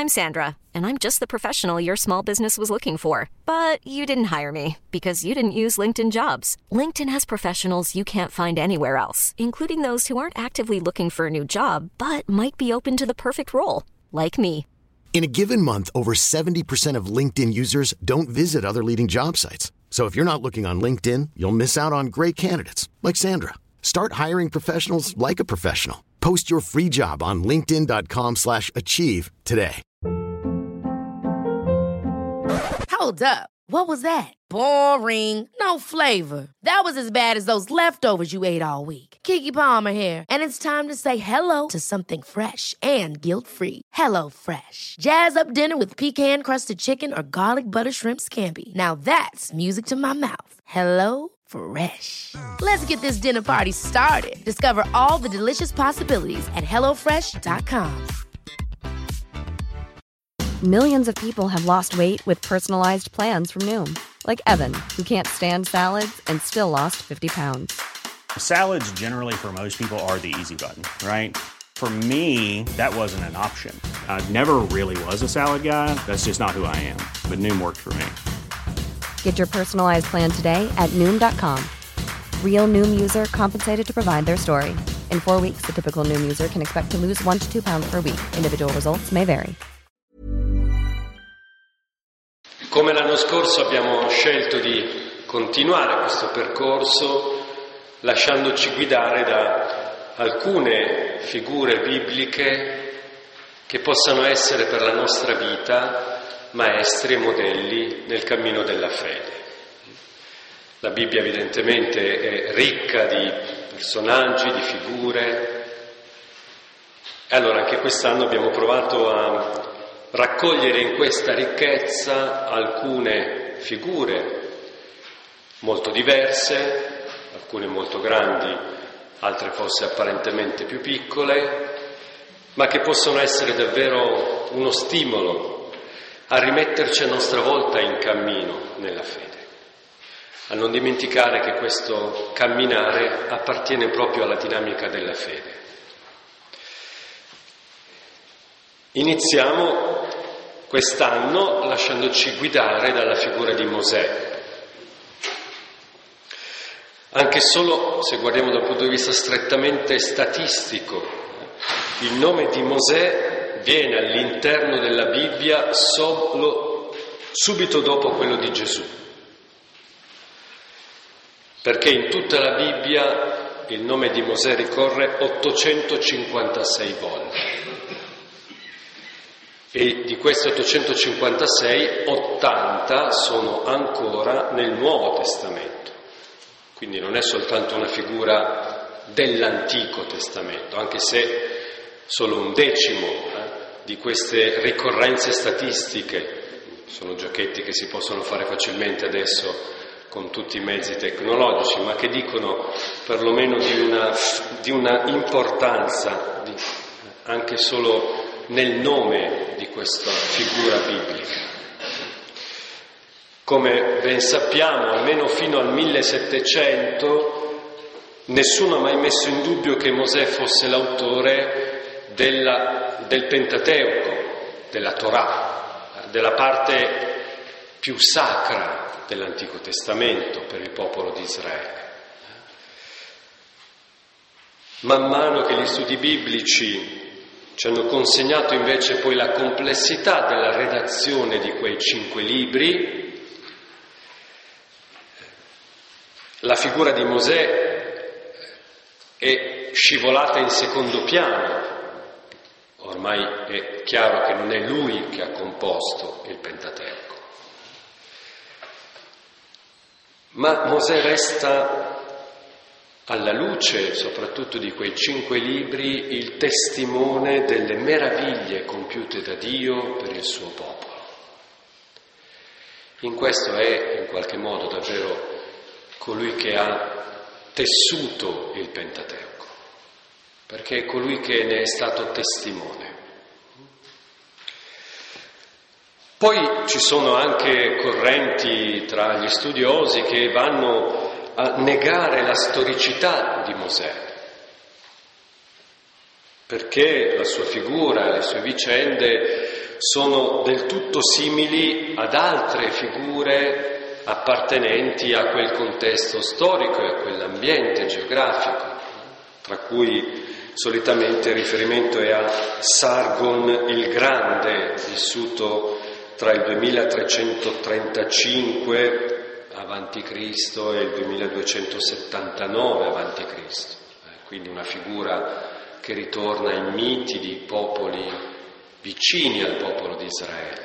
I'm Sandra, and I'm just the professional your small business was looking for. But you didn't hire me because you didn't use LinkedIn Jobs. LinkedIn has professionals you can't find anywhere else, including those who aren't actively looking for a new job, but might be open to the perfect role, like me. In a given month, over 70% of LinkedIn users don't visit other leading job sites. So if you're not looking on LinkedIn, you'll miss out on great candidates like Sandra. Start hiring professionals like a professional. Post your free job on linkedin.com/achieve today. Hold up. What was that? Boring. No flavor. That was as bad as those leftovers you ate all week. Keke Palmer here, and it's time to say hello to something fresh and guilt-free. Hello Fresh. Jazz up dinner with pecan-crusted chicken or garlic butter shrimp scampi. Now that's music to my mouth. Hello Fresh. Let's get this dinner party started. Discover all the delicious possibilities at hellofresh.com. Millions of people have lost weight with personalized plans from Noom. Like Evan, who can't stand salads and still lost 50 pounds. Salads generally for most people are the easy button, right? For me, that wasn't an option. I never really was a salad guy. That's just not who I am. But Noom worked for me. Get your personalized plan today at Noom.com. Real Noom user compensated to provide their story. In 4 weeks, the typical Noom user can expect to lose 1 to 2 pounds per week. Individual results may vary. Come l'anno scorso abbiamo scelto di continuare questo percorso lasciandoci guidare da alcune figure bibliche che possano essere per la nostra vita maestri e modelli nel cammino della fede. La Bibbia evidentemente è ricca di personaggi, di figure, e allora anche quest'anno abbiamo provato a raccogliere in questa ricchezza alcune figure molto diverse, alcune molto grandi, altre forse apparentemente più piccole, ma che possono essere davvero uno stimolo a rimetterci a nostra volta in cammino nella fede, a non dimenticare che questo camminare appartiene proprio alla dinamica della fede. Iniziamo quest'anno lasciandoci guidare dalla figura di Mosè. Anche solo se guardiamo dal punto di vista strettamente statistico, il nome di Mosè viene all'interno della Bibbia subito dopo quello di Gesù. Perché in tutta la Bibbia il nome di Mosè ricorre 856 volte. E di questi 856, 80 sono ancora nel Nuovo Testamento. Quindi non è soltanto una figura dell'Antico Testamento, anche se solo un decimo di queste ricorrenze statistiche, sono giochetti che si possono fare facilmente adesso con tutti i mezzi tecnologici, ma che dicono perlomeno di una importanza anche solo nel nome di questa figura biblica. Come ben sappiamo, almeno fino al 1700 nessuno ha mai messo in dubbio che Mosè fosse l'autore del Pentateuco, della Torah, della parte più sacra dell'Antico Testamento per il popolo di Israele. Man mano che gli studi biblici ci hanno consegnato invece poi la complessità della redazione di quei 5 libri, la figura di Mosè è scivolata in secondo piano. Ormai è chiaro che non è lui che ha composto il Pentateuco. Ma Mosè resta, alla luce soprattutto di quei 5 libri, il testimone delle meraviglie compiute da Dio per il suo popolo. In questo è in qualche modo davvero colui che ha tessuto il Pentateuco, perché è colui che ne è stato testimone. Poi ci sono anche correnti tra gli studiosi che vanno a negare la storicità di Mosè, perché la sua figura e le sue vicende sono del tutto simili ad altre figure appartenenti a quel contesto storico e a quell'ambiente geografico, tra cui solitamente il riferimento è a Sargon il Grande, vissuto tra il 2335 avanti Cristo e il 2279 avanti Cristo. Quindi una figura che ritorna in miti di popoli vicini al popolo di Israele.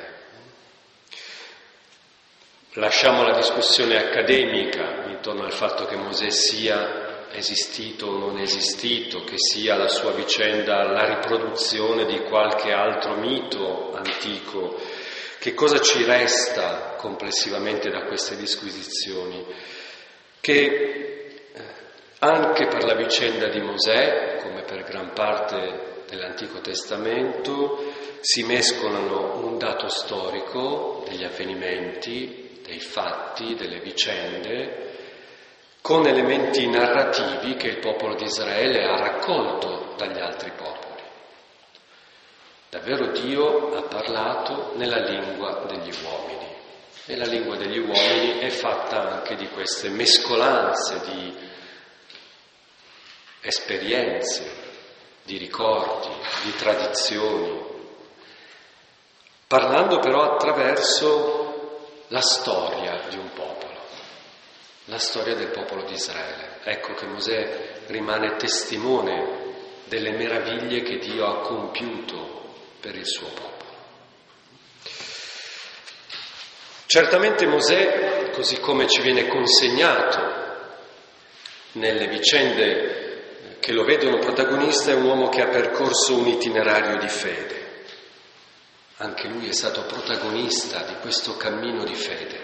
Lasciamo la discussione accademica intorno al fatto che Mosè sia esistito o non esistito, che sia la sua vicenda la riproduzione di qualche altro mito antico. Che cosa ci resta complessivamente da queste disquisizioni? Che anche per la vicenda di Mosè, come per gran parte dell'Antico Testamento, si mescolano un dato storico degli avvenimenti, dei fatti, delle vicende, con elementi narrativi che il popolo di Israele ha raccolto dagli altri popoli. Davvero Dio ha parlato nella lingua degli uomini, e la lingua degli uomini è fatta anche di queste mescolanze di esperienze, di ricordi, di tradizioni, parlando però attraverso la storia di un popolo, la storia del popolo di Israele. Ecco che Mosè rimane testimone delle meraviglie che Dio ha compiuto per il suo popolo. Certamente Mosè, così come ci viene consegnato nelle vicende che lo vedono protagonista, è un uomo che ha percorso un itinerario di fede. Anche lui è stato protagonista di questo cammino di fede.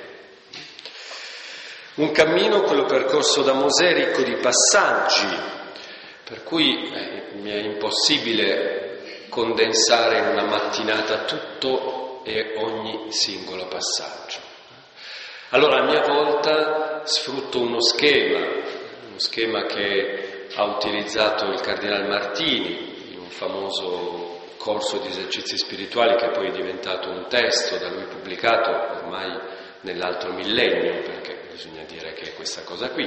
Un cammino, quello percorso da Mosè, ricco di passaggi, per cui mi è impossibile condensare in una mattinata tutto e ogni singolo passaggio. Allora a mia volta sfrutto uno schema che ha utilizzato il Cardinal Martini in un famoso corso di esercizi spirituali che poi è diventato un testo da lui pubblicato ormai nell'altro millennio, perché bisogna dire che è questa cosa qui,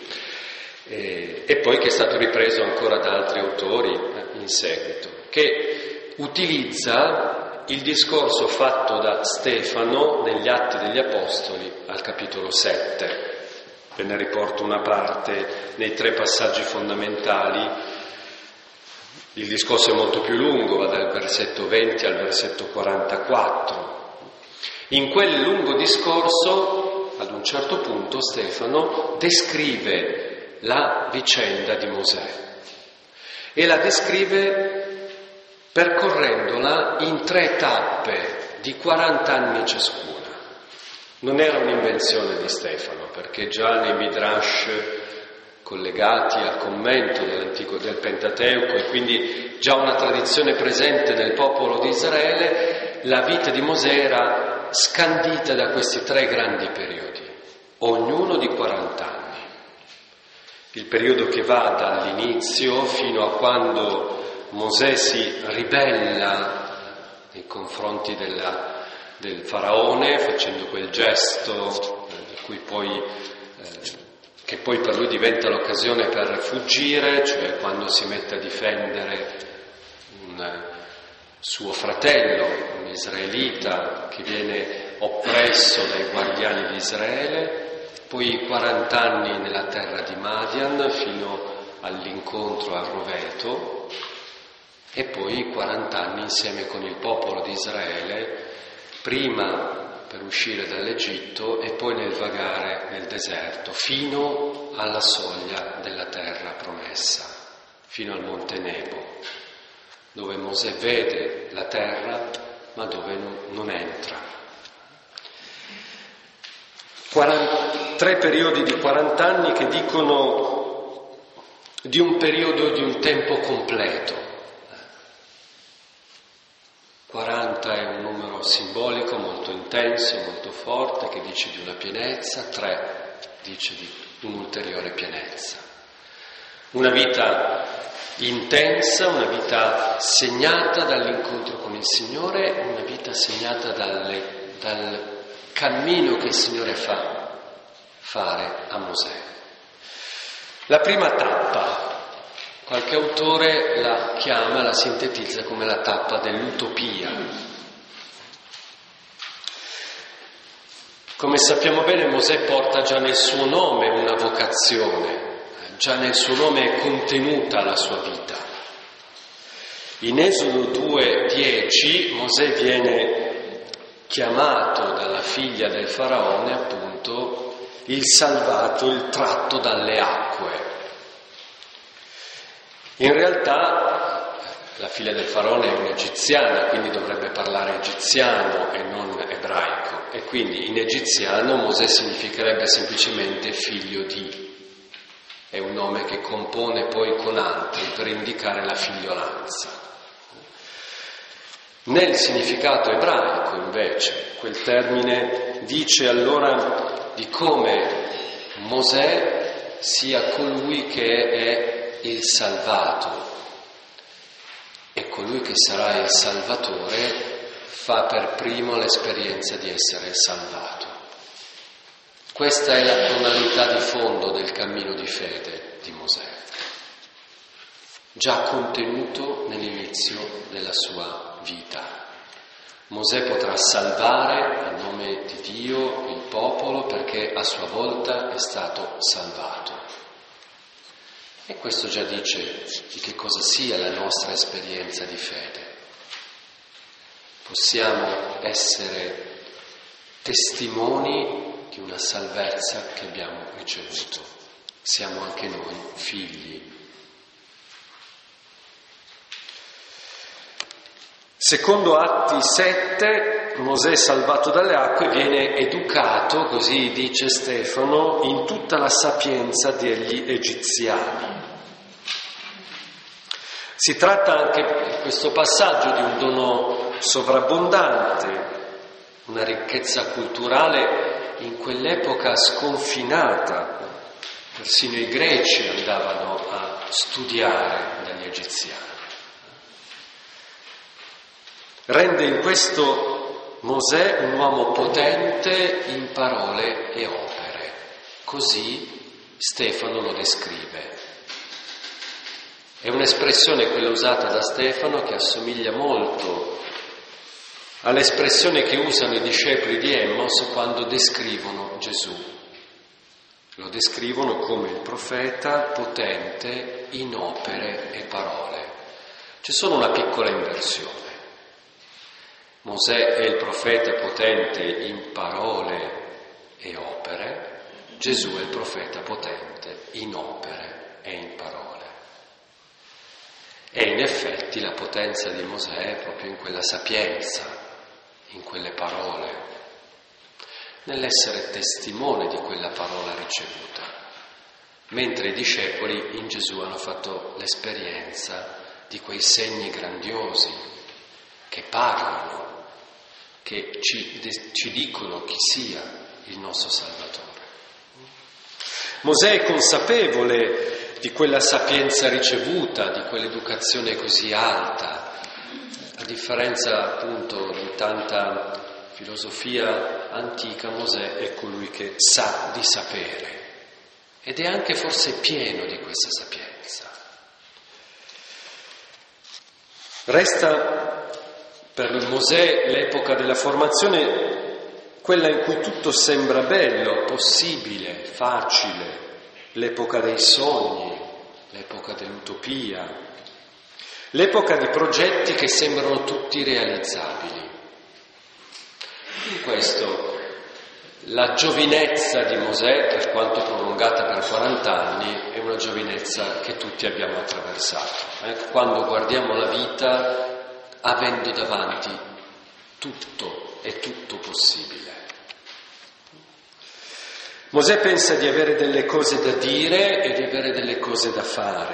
e poi che è stato ripreso ancora da altri autori in seguito, che utilizza il discorso fatto da Stefano negli Atti degli Apostoli al capitolo 7. Ve ne riporto una parte nei 3 passaggi fondamentali. Il discorso è molto più lungo, va dal versetto 20 al versetto 44. In quel lungo discorso, ad un certo punto, Stefano descrive la vicenda di Mosè e la descrive percorrendola in 3 tappe di 40 anni ciascuna. Non era un'invenzione di Stefano, perché già nei Midrash collegati al commento del Pentateuco e quindi già una tradizione presente nel popolo di Israele, la vita di Mosè era scandita da questi 3 grandi periodi, ognuno di 40 anni. Il periodo che va dall'inizio fino a quando Mosè si ribella nei confronti del faraone, facendo quel gesto di cui che poi per lui diventa l'occasione per fuggire, cioè quando si mette a difendere un suo fratello, un israelita che viene oppresso dai guardiani di Israele, poi 40 anni nella terra di Madian fino all'incontro a Roveto e poi 40 anni insieme con il popolo di Israele, prima per uscire dall'Egitto e poi nel vagare nel deserto fino alla soglia della terra promessa, fino al Monte Nebo, dove Mosè vede la terra ma dove non entra. 3 periodi di 40 anni che dicono di un periodo, di un tempo completo. 40 è un numero simbolico molto intenso, molto forte, che dice di una pienezza, 3 dice di un'ulteriore pienezza. Una vita intensa, una vita segnata dall'incontro con il Signore, una vita segnata dal cammino che il Signore fa fare a Mosè. La prima tappa, qualche autore la chiama, la sintetizza come la tappa dell'utopia. Come sappiamo bene, Mosè porta già nel suo nome una vocazione, già nel suo nome è contenuta la sua vita. In Esodo 2,10 Mosè viene chiamato dalla figlia del faraone, appunto, il salvato, il tratto dalle acque. In realtà la figlia del faraone è un'egiziana, quindi dovrebbe parlare egiziano e non ebraico, e quindi in egiziano Mosè significherebbe semplicemente figlio di. È un nome che compone poi con altri per indicare la figliolanza. Nel significato ebraico, invece, quel termine dice allora di come Mosè sia colui che è il salvato, e colui che sarà il Salvatore fa per primo l'esperienza di essere salvato. Questa è la tonalità di fondo del cammino di fede di Mosè, già contenuto nell'inizio della sua vita. Mosè potrà salvare a nome di Dio il popolo perché a sua volta è stato salvato. E questo già dice di che cosa sia la nostra esperienza di fede. Possiamo essere testimoni di una salvezza che abbiamo ricevuto. Siamo anche noi figli. Secondo Atti 7, Mosè, salvato dalle acque, viene educato, così dice Stefano, in tutta la sapienza degli egiziani. Si tratta anche in questo passaggio di un dono sovrabbondante, una ricchezza culturale in quell'epoca sconfinata. Persino i greci andavano a studiare dagli egiziani. Rende in questo Mosè un uomo potente in parole e opere. Così Stefano lo descrive. È un'espressione, quella usata da Stefano, che assomiglia molto all'espressione che usano i discepoli di Emmos quando descrivono Gesù. Lo descrivono come il profeta potente in opere e parole. C'è solo una piccola inversione. Mosè è il profeta potente in parole e opere, Gesù è il profeta potente in opere e in parole. E in effetti la potenza di Mosè è proprio in quella sapienza, in quelle parole, nell'essere testimone di quella parola ricevuta, mentre i discepoli in Gesù hanno fatto l'esperienza di quei segni grandiosi che parlano, che ci dicono chi sia il nostro Salvatore. Mosè è consapevole di quella sapienza ricevuta, di quell'educazione così alta, a differenza appunto di tanta filosofia antica. Mosè è colui che sa di sapere ed è anche forse pieno di questa sapienza. Resta per Mosè l'epoca della formazione, quella in cui tutto sembra bello, possibile, facile, l'epoca dei sogni, l'epoca dell'utopia, l'epoca di progetti che sembrano tutti realizzabili. In questo la giovinezza di Mosè, per quanto prolungata per 40 anni, è una giovinezza che tutti abbiamo attraversato. Quando guardiamo la vita avendo davanti tutto, è tutto possibile. Mosè pensa di avere delle cose da dire e di avere delle cose da fare.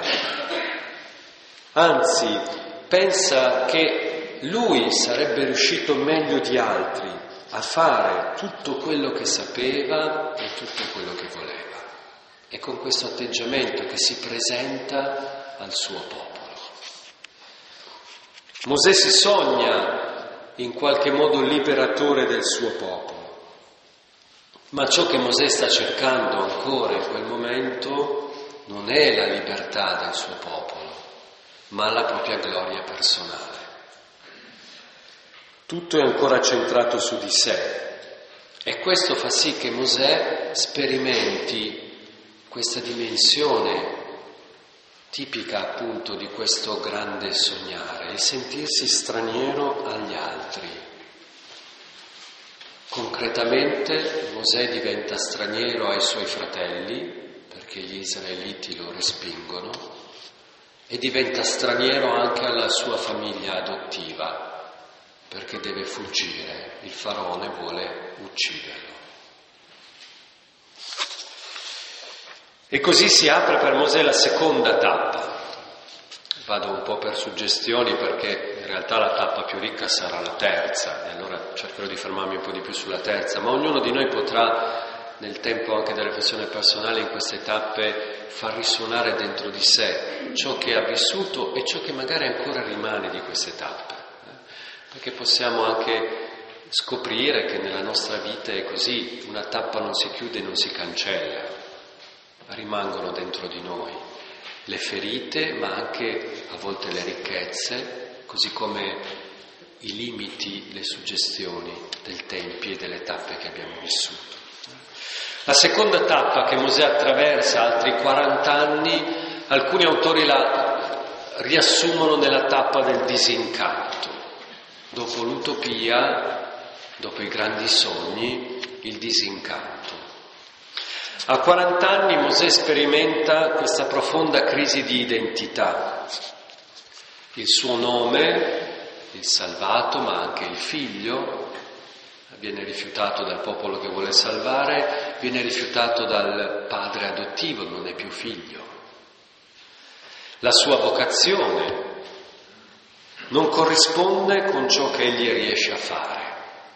Anzi, pensa che lui sarebbe riuscito meglio di altri a fare tutto quello che sapeva e tutto quello che voleva. E con questo atteggiamento che si presenta al suo popolo. Mosè si sogna in qualche modo liberatore del suo popolo, ma ciò che Mosè sta cercando ancora in quel momento non è la libertà del suo popolo, ma la propria gloria personale. Tutto è ancora centrato su di sé e questo fa sì che Mosè sperimenti questa dimensione tipica appunto di questo grande sognare, il sentirsi straniero agli altri. Concretamente Mosè diventa straniero ai suoi fratelli, perché gli israeliti lo respingono, e diventa straniero anche alla sua famiglia adottiva, perché deve fuggire, il faraone vuole ucciderlo. E così si apre per Mosè la seconda tappa. Vado un po' per suggestioni perché in realtà la tappa più ricca sarà la terza e allora cercherò di fermarmi un po' di più sulla terza, ma ognuno di noi potrà nel tempo anche della riflessione personale in queste tappe far risuonare dentro di sé ciò che ha vissuto e ciò che magari ancora rimane di queste tappe, perché possiamo anche scoprire che nella nostra vita è così, una tappa non si chiude e non si cancella, rimangono dentro di noi le ferite, ma anche a volte le ricchezze, così come i limiti, le suggestioni dei tempi e delle tappe che abbiamo vissuto. La seconda tappa che Mosè attraversa, altri 40 anni, alcuni autori la riassumono nella tappa del disincanto. Dopo l'utopia, dopo i grandi sogni, il disincanto. A 40 anni Mosè sperimenta questa profonda crisi di identità. Il suo nome, il salvato, ma anche il figlio, viene rifiutato dal popolo che vuole salvare, viene rifiutato dal padre adottivo, non è più figlio. La sua vocazione non corrisponde con ciò che egli riesce a fare.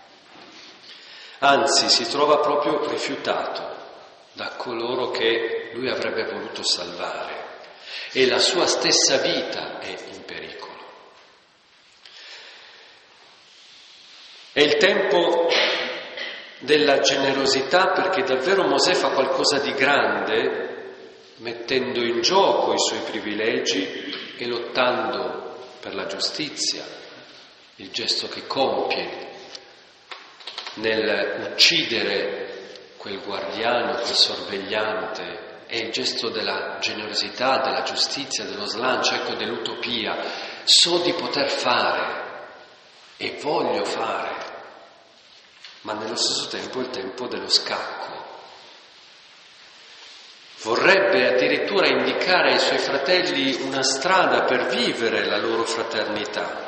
Anzi, si trova proprio rifiutato da coloro che lui avrebbe voluto salvare e la sua stessa vita è in pericolo. È il tempo della generosità perché davvero Mosè fa qualcosa di grande mettendo in gioco i suoi privilegi e lottando per la giustizia, il gesto che compie nel uccidere quel guardiano, quel sorvegliante, è il gesto della generosità, della giustizia, dello slancio, ecco, dell'utopia. So di poter fare e voglio fare, ma nello stesso tempo è il tempo dello scacco. Vorrebbe addirittura indicare ai suoi fratelli una strada per vivere la loro fraternità.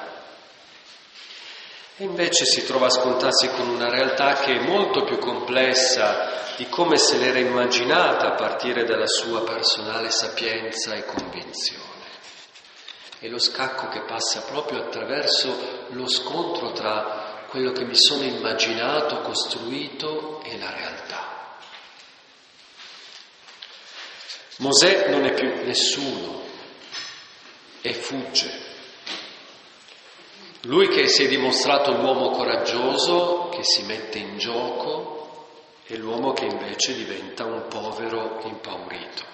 E invece si trova a scontrarsi con una realtà che è molto più complessa di come se l'era immaginata a partire dalla sua personale sapienza e convinzione. È lo scacco che passa proprio attraverso lo scontro tra quello che mi sono immaginato, costruito e la realtà. Mosè non è più nessuno e fugge. Lui che si è dimostrato l'uomo coraggioso, che si mette in gioco, è l'uomo che invece diventa un povero impaurito.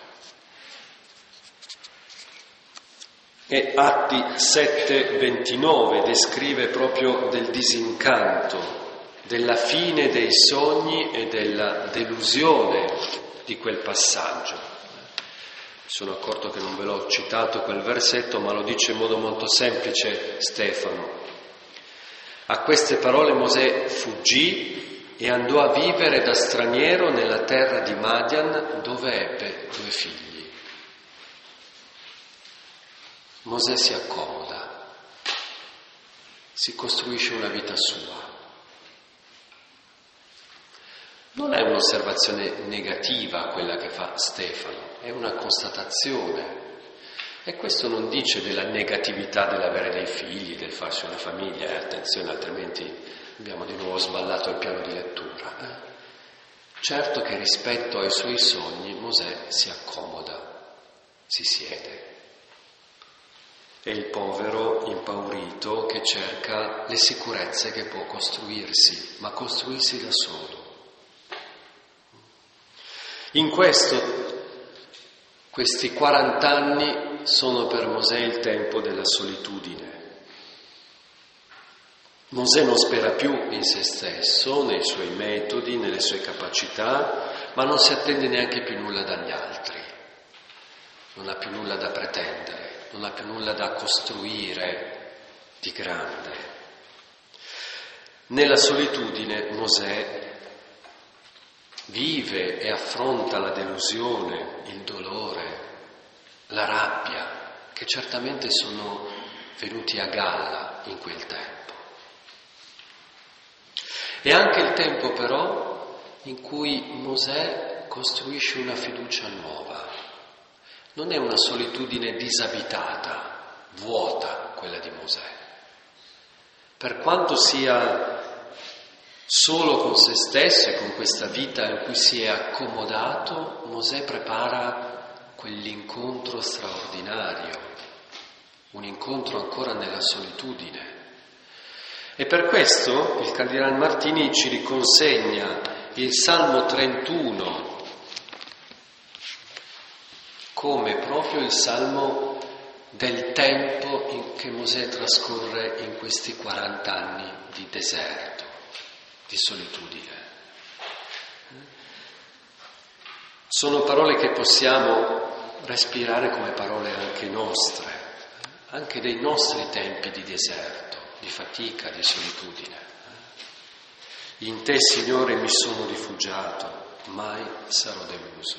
E Atti 7:29 descrive proprio del disincanto, della fine dei sogni e della delusione di quel passaggio. Sono accorto che non ve l'ho citato quel versetto, ma lo dice in modo molto semplice Stefano. A queste parole Mosè fuggì e andò a vivere da straniero nella terra di Madian, dove ebbe 2 figli. Mosè si accomoda, si costruisce una vita sua. Non è un'osservazione negativa quella che fa Stefano, è una constatazione. E questo non dice della negatività dell'avere dei figli, del farsi una famiglia, attenzione, altrimenti abbiamo di nuovo sballato il piano di lettura. Certo che rispetto ai suoi sogni Mosè si accomoda, si siede. è il povero impaurito che cerca le sicurezze che può costruirsi, ma costruirsi da solo. In questi 40 anni sono per Mosè il tempo della solitudine. Mosè non spera più in se stesso, nei suoi metodi, nelle sue capacità, ma non si attende neanche più nulla dagli altri. Non ha più nulla da pretendere, non ha più nulla da costruire di grande. Nella solitudine Mosè vive e affronta la delusione, il dolore, la rabbia, che certamente sono venuti a galla in quel tempo. È anche il tempo però in cui Mosè costruisce una fiducia nuova. Non è una solitudine disabitata, vuota quella di Mosè. Per quanto sia solo con se stesso e con questa vita in cui si è accomodato, Mosè prepara quell'incontro straordinario, un incontro ancora nella solitudine. E per questo il Cardinal Martini ci riconsegna il Salmo 31 come proprio il Salmo del tempo che Mosè trascorre in questi 40 anni di deserto, di solitudine. Sono parole che possiamo respirare come parole anche nostre, anche dei nostri tempi di deserto, di fatica, di solitudine. In te, Signore, mi sono rifugiato, mai sarò deluso.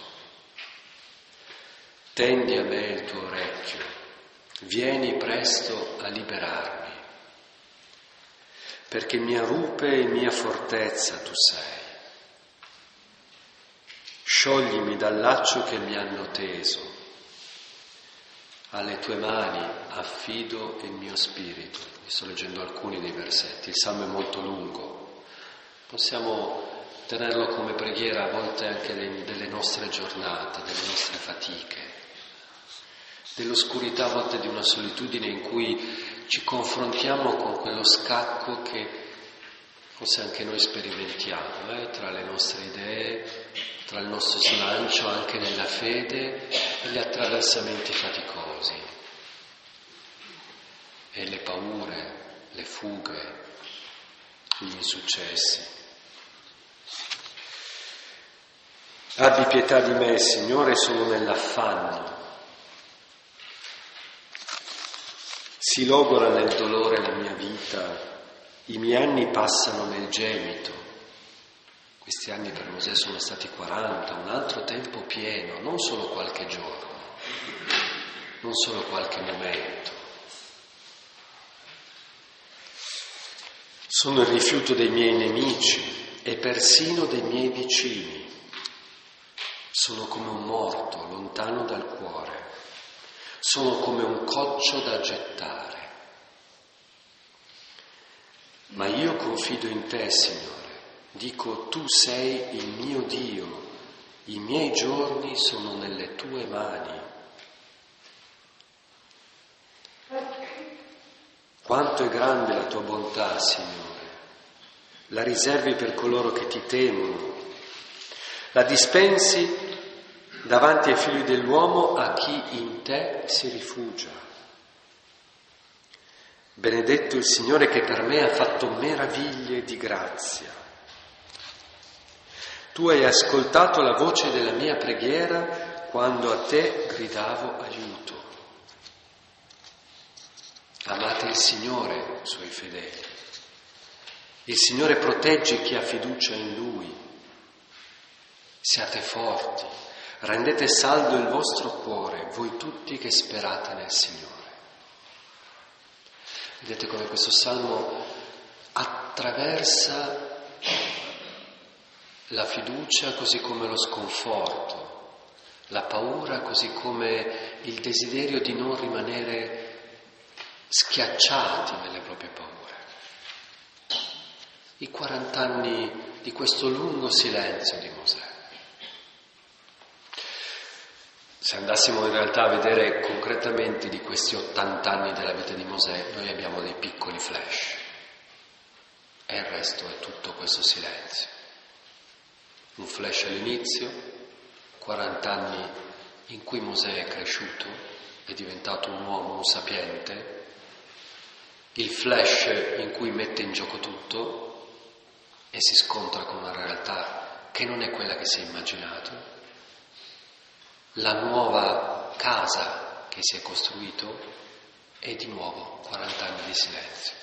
Tendi a me il tuo orecchio, vieni presto a liberarmi, perché mia rupe e mia fortezza tu sei. Scioglimi dal laccio che mi hanno teso, alle tue mani affido il mio spirito. Vi sto leggendo alcuni dei versetti, il Salmo è molto lungo, possiamo tenerlo come preghiera a volte anche delle nostre giornate, delle nostre fatiche, dell'oscurità a volte di una solitudine in cui ci confrontiamo con quello scacco che forse anche noi sperimentiamo, tra le nostre idee, tra il nostro slancio anche nella fede e gli attraversamenti faticosi e le paure, le fughe, gli insuccessi. Abbi pietà di me, Signore, sono nell'affanno. Si logora nel dolore la mia vita, i miei anni passano nel gemito. Questi anni per Mosè sono stati 40, un altro tempo pieno, non solo qualche giorno, non solo qualche momento. Sono il rifiuto dei miei nemici e persino dei miei vicini. Sono come un morto, lontano dal cuore. Sono come un coccio da gettare. Ma io confido in te, Signore. Dico, tu sei il mio Dio, i miei giorni sono nelle tue mani. Quanto è grande la tua bontà, Signore, la riservi per coloro che ti temono, la dispensi davanti ai figli dell'uomo a chi in te si rifugia. Benedetto il Signore che per me ha fatto meraviglie di grazia. Tu hai ascoltato la voce della mia preghiera quando a te gridavo aiuto. Amate il Signore, suoi fedeli. Il Signore protegge chi ha fiducia in Lui. Siate forti, rendete saldo il vostro cuore, voi tutti che sperate nel Signore. Vedete come questo salmo attraversa la fiducia così come lo sconforto, la paura così come il desiderio di non rimanere schiacciati nelle proprie paure. I 40 anni di questo lungo silenzio di Mosè. Se andassimo in realtà a vedere concretamente di questi 80 anni della vita di Mosè, noi abbiamo dei piccoli flash e il resto è tutto questo silenzio. Un flash all'inizio, 40 anni in cui Mosè è cresciuto, è diventato un uomo, un sapiente, il flash in cui mette in gioco tutto e si scontra con una realtà che non è quella che si è immaginato, la nuova casa che si è costruito e di nuovo 40 anni di silenzio.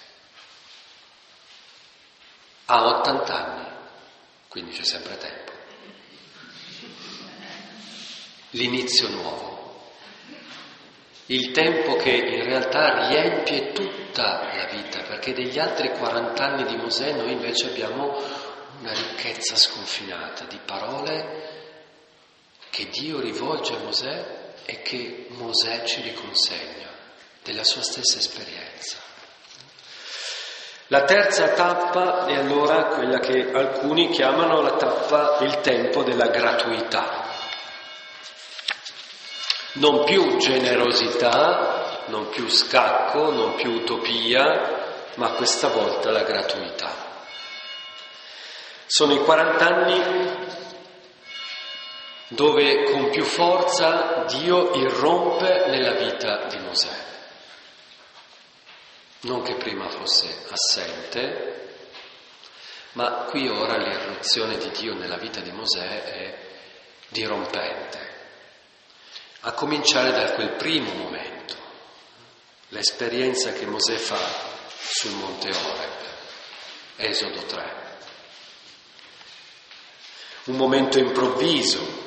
Ha 80 anni, quindi c'è sempre tempo. L'inizio nuovo, il tempo che in realtà riempie tutta la vita, perché degli altri 40 anni di Mosè noi invece abbiamo una ricchezza sconfinata di parole che Dio rivolge a Mosè e che Mosè ci riconsegna della sua stessa esperienza. La terza tappa è allora quella che alcuni chiamano la tappa, il tempo della gratuità. Non più generosità, non più scacco, non più utopia, ma questa volta la gratuità. Sono i 40 anni dove con più forza Dio irrompe nella vita di Mosè. Non che prima fosse assente, ma qui ora l'irruzione di Dio nella vita di Mosè è dirompente. A cominciare da quel primo momento, l'esperienza che Mosè fa sul monte Oreb, Esodo 3. Un momento improvviso,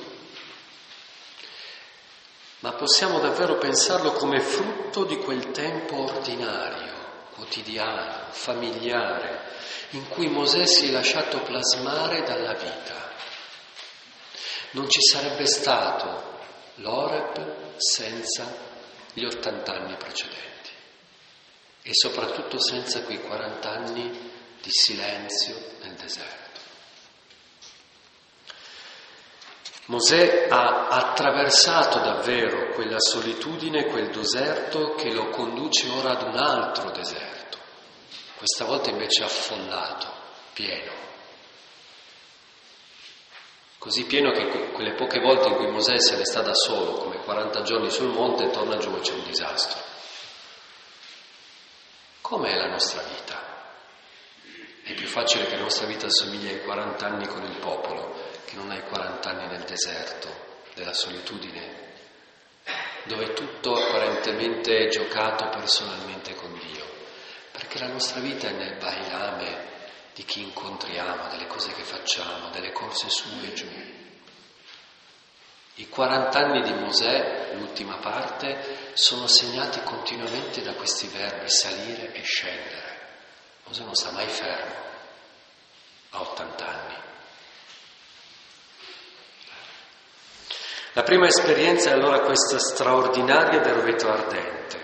ma possiamo davvero pensarlo come frutto di quel tempo ordinario, quotidiano, familiare, in cui Mosè si è lasciato plasmare dalla vita. Non ci sarebbe stato l'Oreb senza gli 80 anni precedenti e soprattutto senza quei 40 anni di silenzio nel deserto. Mosè ha attraversato davvero quella solitudine, quel deserto che lo conduce ora ad un altro deserto, questa volta invece affollato, pieno. Così pieno che quelle poche volte in cui Mosè se ne sta da solo, come 40 giorni sul monte, torna giù e c'è un disastro. Com'è la nostra vita? È più facile che la nostra vita assomigli ai 40 anni con il popolo, che non ai 40 anni nel deserto, della solitudine, dove tutto apparentemente è giocato personalmente con Dio, perché la nostra vita è nel bailame di chi incontriamo, delle cose che facciamo, delle corse su e giù. I 40 anni di Mosè, l'ultima parte, sono segnati continuamente da questi verbi salire e scendere. Mosè non sta mai fermo a 80 anni. La prima esperienza è allora questa straordinaria del roveto ardente.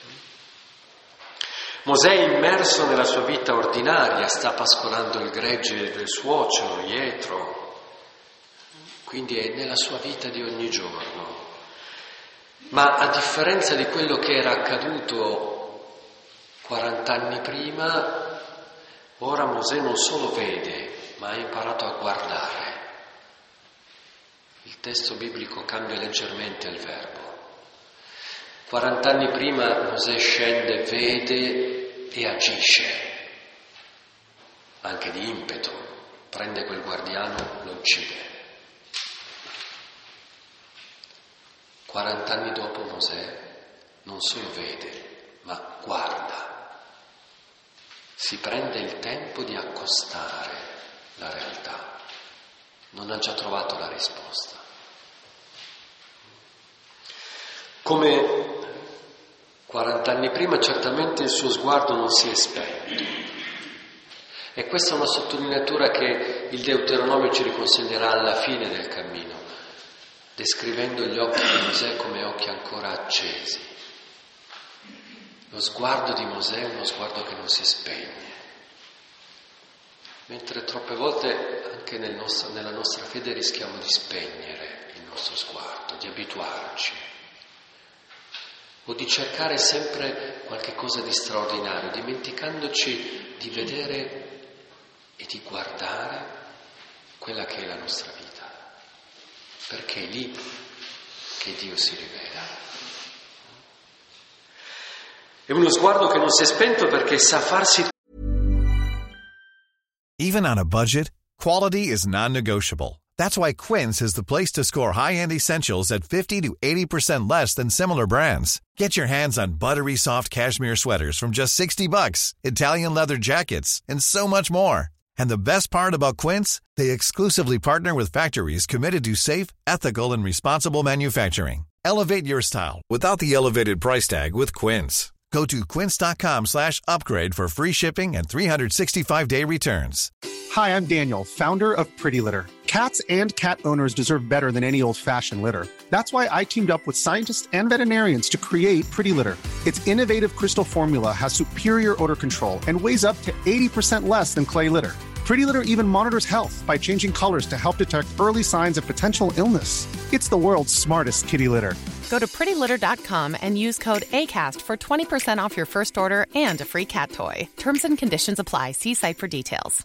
Mosè è immerso nella sua vita ordinaria, sta pascolando il gregge del suocero, Ietro, quindi è nella sua vita di ogni giorno. Ma a differenza di quello che era accaduto 40 anni prima, ora Mosè non solo vede, ma ha imparato a guardare. Il testo biblico cambia leggermente il verbo. 40 anni prima Mosè scende, vede e agisce, anche di impeto, prende quel guardiano, lo uccide. 40 anni dopo Mosè non solo vede, ma guarda, si prende il tempo di accostare la realtà, non ha già trovato la risposta. Come 40 anni prima, certamente il suo sguardo non si è spento. E questa è una sottolineatura che il Deuteronomio ci riconsegnerà alla fine del cammino, descrivendo gli occhi di Mosè come occhi ancora accesi. Lo sguardo di Mosè è uno sguardo che non si spegne. Mentre troppe volte anche nella nostra fede rischiamo di spegnere il nostro sguardo, di abituarci, o di cercare sempre qualche cosa di straordinario, dimenticandoci di vedere e di guardare quella che è la nostra vita, perché è lì che Dio si rivela. È uno sguardo che non si è spento perché sa farsi. Even on a budget, quality is non-negotiable. That's why Quince is the place to score high-end essentials at 50 to 80% less than similar brands. Get your hands on buttery soft cashmere sweaters from just $60, Italian leather jackets, and so much more. And the best part about Quince, they exclusively partner with factories committed to safe, ethical, and responsible manufacturing. Elevate your style without the elevated price tag with Quince. Go to quince.com/upgrade for free shipping and 365-day returns. Hi, I'm Daniel, founder of Pretty Litter. Cats and cat owners deserve better than any old-fashioned litter. That's why I teamed up with scientists and veterinarians to create Pretty Litter. Its innovative crystal formula has superior odor control and weighs up to 80% less than clay litter. Pretty Litter even monitors health by changing colors to help detect early signs of potential illness. It's the world's smartest kitty litter. Go to prettylitter.com and use code ACAST for 20% off your first order and a free cat toy. Terms and conditions apply. See site for details.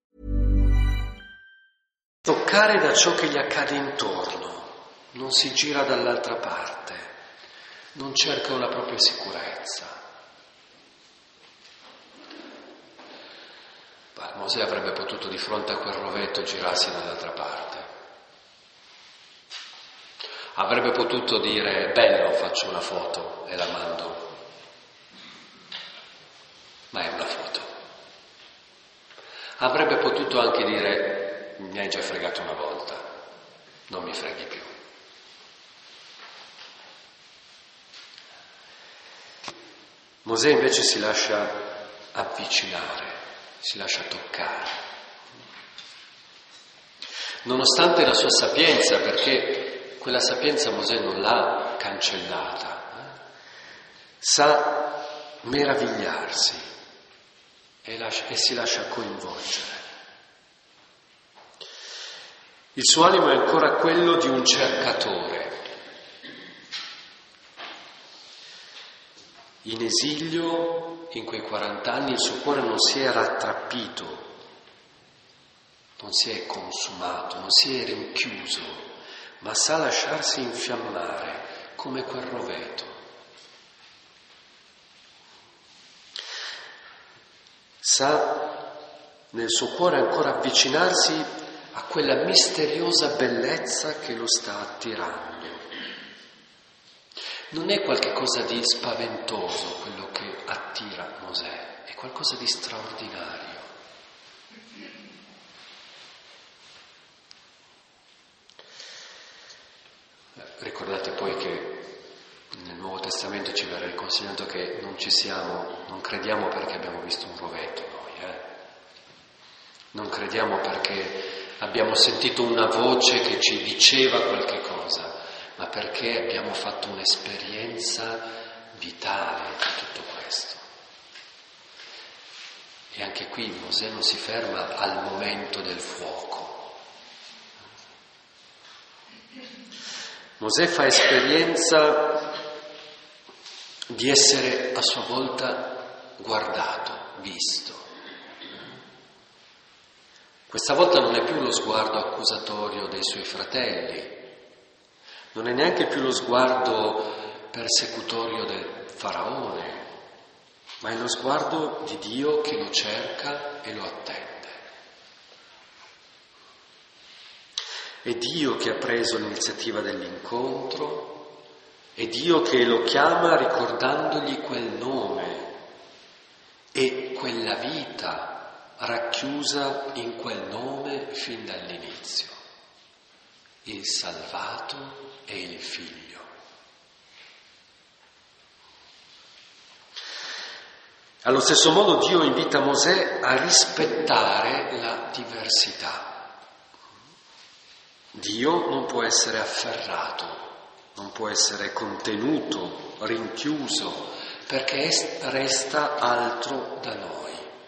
Toccare da ciò che gli accade intorno, non si gira dall'altra parte, non cerca una propria sicurezza. Mosè avrebbe potuto di fronte a quel rovetto girarsi dall'altra parte. Avrebbe potuto dire, bello, faccio una foto e la mando. Ma è una foto. Avrebbe potuto anche dire, mi hai già fregato una volta, non mi freghi più. Mosè invece si lascia avvicinare, si lascia toccare. Nonostante la sua sapienza, perché quella sapienza Mosè non l'ha cancellata, sa meravigliarsi e si lascia coinvolgere. Il suo animo è ancora quello di un cercatore. In esilio, in quei 40 anni, il suo cuore non si è rattrappito, non si è consumato, non si è rinchiuso, ma sa lasciarsi infiammare come quel roveto. Sa nel suo cuore ancora avvicinarsi a quella misteriosa bellezza che lo sta attirando. Non è qualche cosa di spaventoso quello che attira Mosè, è qualcosa di straordinario. Ricordate poi che nel Nuovo Testamento ci verrà il consigliato che non crediamo perché abbiamo visto un rovetto noi, Non crediamo perché abbiamo sentito una voce che ci diceva qualche cosa, ma perché abbiamo fatto un'esperienza vitale di tutto questo. E anche qui Mosè non si ferma al momento del fuoco. Mosè fa esperienza di essere a sua volta guardato, visto. Questa volta non è più lo sguardo accusatorio dei suoi fratelli, non è neanche più lo sguardo persecutorio del faraone, ma è lo sguardo di Dio che lo cerca e lo attende. È Dio che ha preso l'iniziativa dell'incontro, è Dio che lo chiama ricordandogli quel nome e quella vita racchiusa in quel nome fin dall'inizio, il salvato e il figlio. Allo stesso modo Dio invita Mosè a rispettare la diversità. Dio non può essere afferrato, non può essere contenuto, rinchiuso, perché resta altro da noi.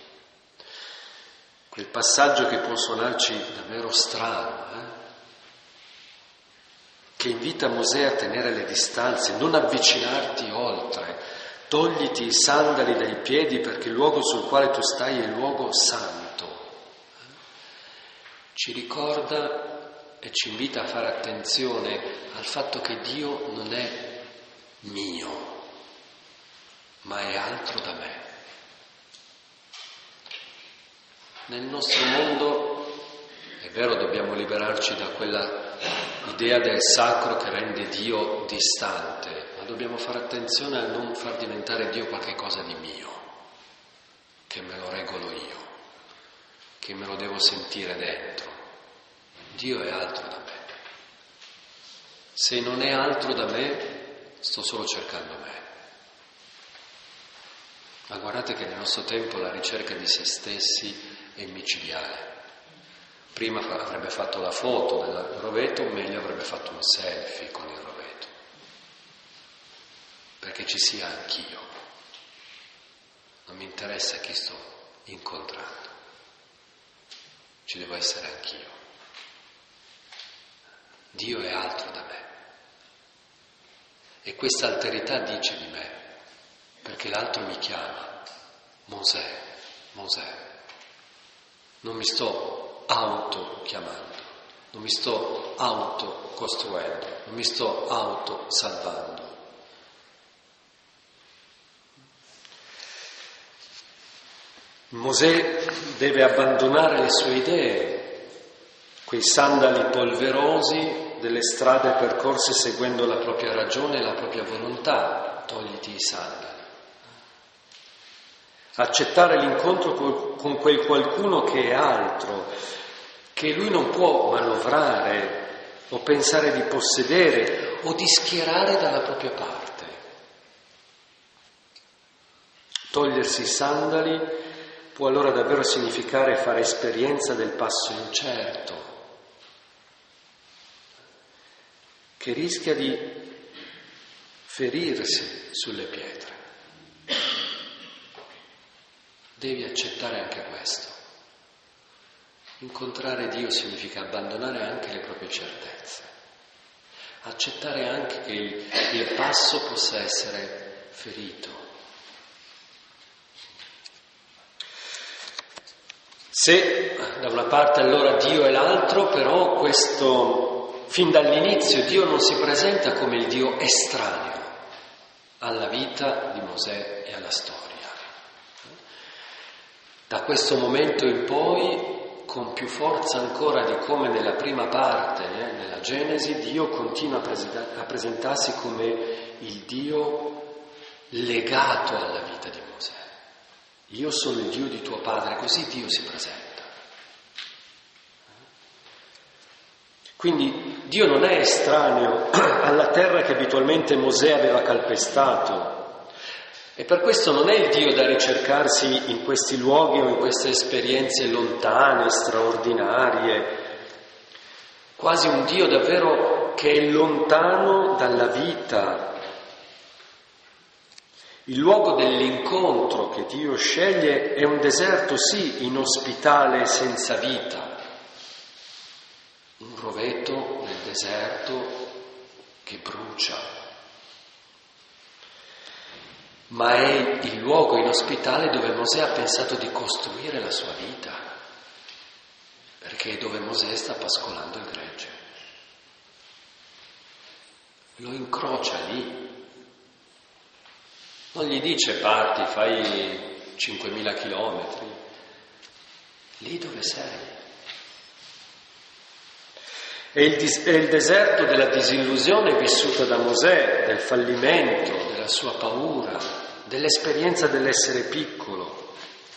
Quel passaggio che può suonarci davvero strano, che invita Mosè a tenere le distanze, non avvicinarti oltre, togliti i sandali dai piedi perché il luogo sul quale tu stai è il luogo santo. Ci ricorda e ci invita a fare attenzione al fatto che Dio non è mio, ma è altro da me. Nel nostro mondo, è vero, dobbiamo liberarci da quella idea del sacro che rende Dio distante, ma dobbiamo fare attenzione a non far diventare Dio qualche cosa di mio, che me lo regolo io, che me lo devo sentire dentro. Dio è altro da me. Se non è altro da me, sto solo cercando me. Ma guardate che nel nostro tempo la ricerca di se stessi è micidiale. Prima avrebbe fatto la foto del rovetto, meglio avrebbe fatto un selfie con il rovetto, perché ci sia anch'io. Non mi interessa chi sto incontrando, ci devo essere anch'io. Dio è altro da me e questa alterità dice di me, perché l'altro mi chiama Mosè, Mosè. Non mi sto autochiamando, non mi sto autocostruendo, non mi sto autosalvando. Mosè deve abbandonare le sue idee, quei sandali polverosi delle strade percorse seguendo la propria ragione e la propria volontà. Togliti i sandali. Accettare l'incontro con quel qualcuno che è altro, che lui non può manovrare o pensare di possedere o di schierare dalla propria parte. Togliersi i sandali può allora davvero significare fare esperienza del passo incerto, che rischia di ferirsi sulle pietre. Devi accettare anche questo. Incontrare Dio significa abbandonare anche le proprie certezze, accettare anche che il passo possa essere ferito. Se da una parte allora Dio è l'altro, però questo fin dall'inizio Dio non si presenta come il Dio estraneo alla vita di Mosè e alla storia. Da questo momento in poi, con più forza ancora di come nella prima parte, nella Genesi, Dio continua a presentarsi come il Dio legato alla vita di Mosè. Io sono il Dio di tuo padre, così Dio si presenta. Quindi Dio non è estraneo alla terra che abitualmente Mosè aveva calpestato. E per questo non è il Dio da ricercarsi in questi luoghi o in queste esperienze lontane, straordinarie, quasi un Dio davvero che è lontano dalla vita. Il luogo dell'incontro che Dio sceglie è un deserto, sì, inospitale e senza vita, un rovetto nel deserto che brucia. Ma è il luogo inospitale dove Mosè ha pensato di costruire la sua vita, perché è dove Mosè sta pascolando il gregge. Lo incrocia lì. Non gli dice parti, fai 5.000 chilometri. Lì dove sei. È il deserto della disillusione vissuta da Mosè, del fallimento, della sua paura, dell'esperienza dell'essere piccolo.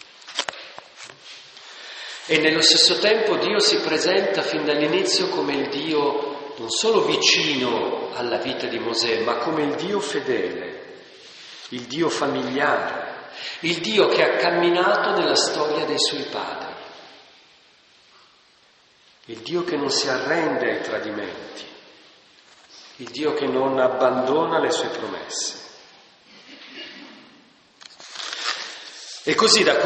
E nello stesso tempo Dio si presenta fin dall'inizio come il Dio non solo vicino alla vita di Mosè, ma come il Dio fedele, il Dio familiare, il Dio che ha camminato nella storia dei suoi padri, il Dio che non si arrende ai tradimenti, il Dio che non abbandona le sue promesse. E così da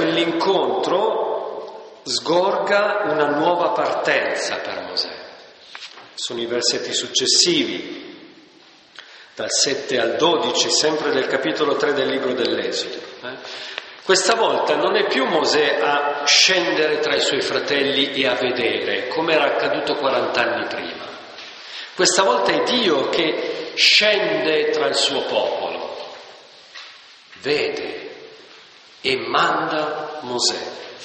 quell'incontro sgorga una nuova partenza per Mosè. sono i versetti successivi, dal 7 al 12, sempre del capitolo 3 del libro dell'Esodo. Questa volta non è più Mosè a scendere tra i suoi fratelli e a vedere, come era accaduto 40 anni prima. Questa volta è Dio che scende tra il suo popolo, vede e manda Mosè.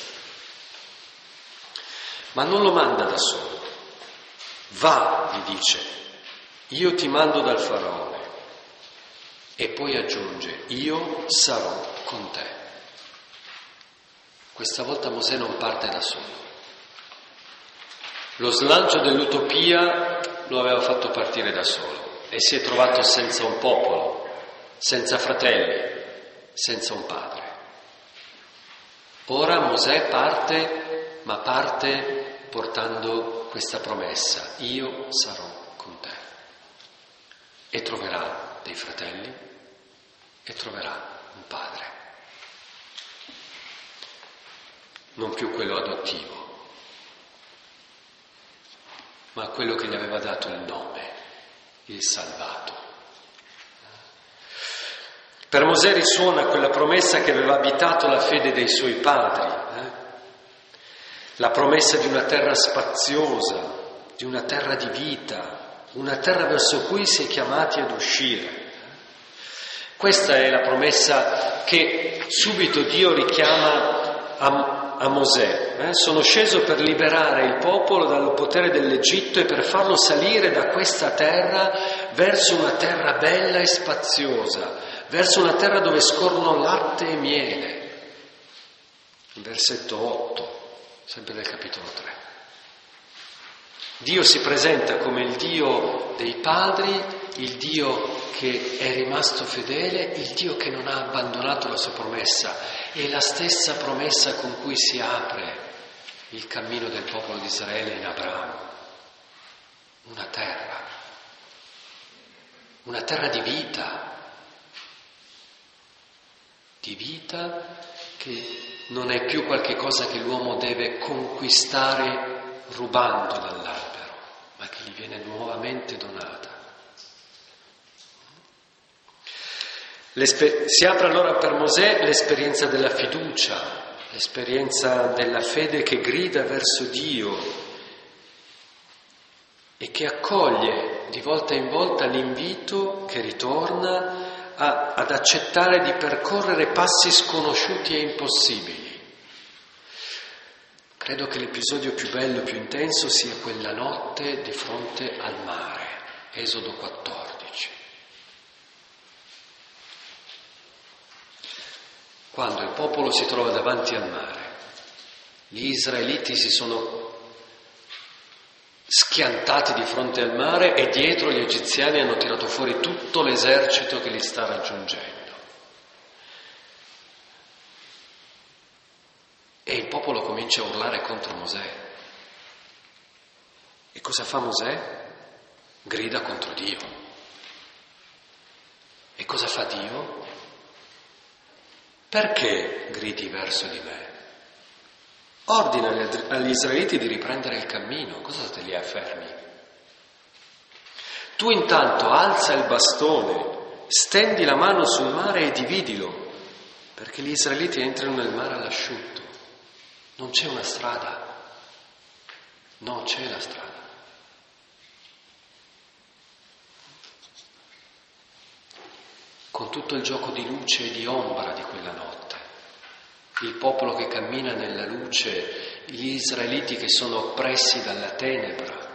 Ma non lo manda da solo. Va, gli dice, io ti mando dal faraone. E poi aggiunge, io sarò con te. Questa volta Mosè non parte da solo. Lo slancio dell'utopia lo aveva fatto partire da solo e si è trovato senza un popolo, senza fratelli, senza un padre. Ora Mosè parte, ma parte portando questa promessa, io sarò con te. E troverà dei fratelli e troverà un padre. Non più quello adottivo, ma quello che gli aveva dato il nome, il salvato. Per Mosè risuona quella promessa che aveva abitato la fede dei suoi padri, la promessa di una terra spaziosa, di una terra di vita, una terra verso cui si è chiamati ad uscire. Questa è la promessa che subito Dio richiama a Mosè. Sono sceso per liberare il popolo dal potere dell'Egitto e per farlo salire da questa terra verso una terra bella e spaziosa, verso una terra dove scorrono latte e miele. Versetto 8, sempre del capitolo 3. Dio si presenta come il Dio dei padri, il Dio che è rimasto fedele, il Dio che non ha abbandonato la sua promessa. È la stessa promessa con cui si apre il cammino del popolo di Israele in Abramo. Una terra di vita che non è più qualche cosa che l'uomo deve conquistare rubando dall'albero, ma che gli viene nuovamente donata. Si apre allora per Mosè l'esperienza della fiducia, l'esperienza della fede che grida verso Dio e che accoglie di volta in volta l'invito che ritorna ad accettare di percorrere passi sconosciuti e impossibili. Credo che l'episodio più bello, più intenso sia quella notte di fronte al mare, Esodo 14. Quando il popolo si trova davanti al mare, gli israeliti si sono schiantati di fronte al mare e dietro gli egiziani hanno tirato fuori tutto l'esercito che li sta raggiungendo. E il popolo comincia a urlare contro Mosè. E cosa fa Mosè? Grida contro Dio. E cosa fa Dio? Perché gridi verso di me? Ordina agli israeliti di riprendere il cammino. Cosa te li affermi? Tu intanto alza il bastone, stendi la mano sul mare e dividilo, perché gli israeliti entrano nel mare all'asciutto. Non c'è una strada. Non c'è la strada. Con tutto il gioco di luce e di ombra di quella notte, il popolo che cammina nella luce, gli israeliti che sono oppressi dalla tenebra.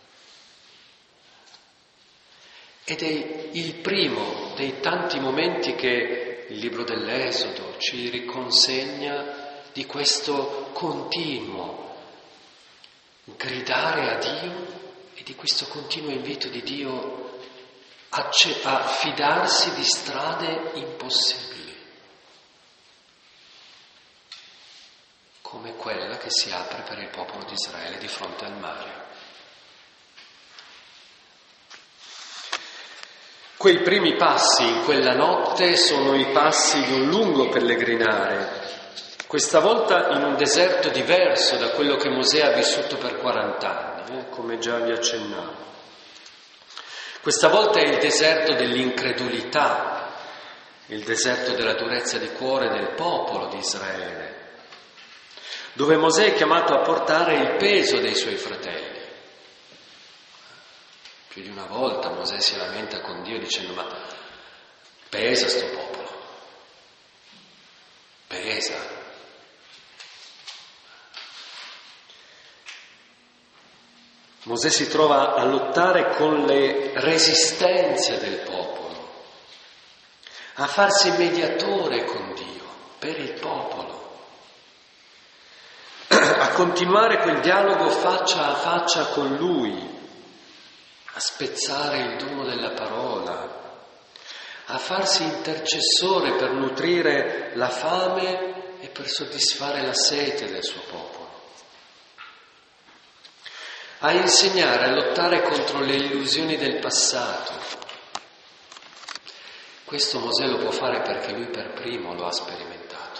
Ed è il primo dei tanti momenti che il libro dell'Esodo ci riconsegna di questo continuo gridare a Dio e di questo continuo invito di Dio a fidarsi di strade impossibili, come quella che si apre per il popolo di Israele di fronte al mare. Quei primi passi in quella notte sono i passi di un lungo pellegrinare Questa volta in un deserto diverso da quello che Mosè ha vissuto per 40 anni, come già vi accennavo. Questa volta è il deserto dell'incredulità, il deserto della durezza di cuore del popolo di Israele, dove Mosè è chiamato a portare il peso dei suoi fratelli. Più di una volta Mosè si lamenta con Dio dicendo: ma pesa sto popolo, pesa. Mosè si trova a lottare con le resistenze del popolo, a farsi mediatore con Dio per il popolo, a continuare quel dialogo faccia a faccia con Lui, a spezzare il dono della parola, a farsi intercessore per nutrire la fame e per soddisfare la sete del suo popolo, a insegnare a lottare contro le illusioni del passato. Questo Mosè lo può fare perché lui per primo lo ha sperimentato.